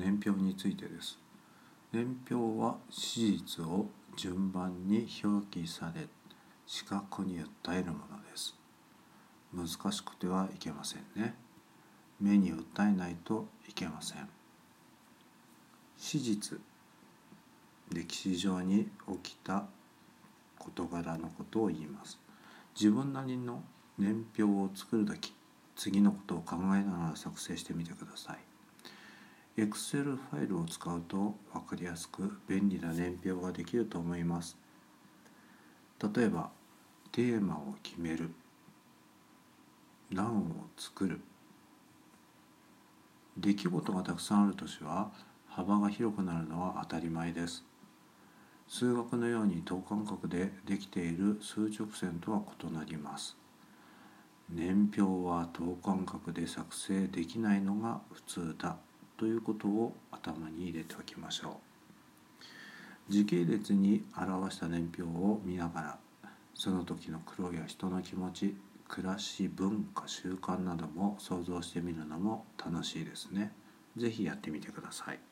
年表についてです。年表は史実を順番に表記され、視覚に訴えるものです。難しくてはいけませんね。目に訴えないといけません。史実、歴史上に起きた事柄のことを言います。自分なりの年表を作るとき、次のことを考えながら作成してみてください。Excel ファイルを使うと分かりやすく便利な年表ができると思います。例えば、テーマを決める、欄を作る。出来事がたくさんある年は幅が広くなるのは当たり前です。数学のように等間隔でできている数直線とは異なります。年表は等間隔で作成できないのが普通だということを頭に入れておきましょう。時系列に表した年表を見ながら、その時の苦労や人の気持ち、暮らし、文化、習慣なども想像してみるのも楽しいですね。ぜひやってみてください。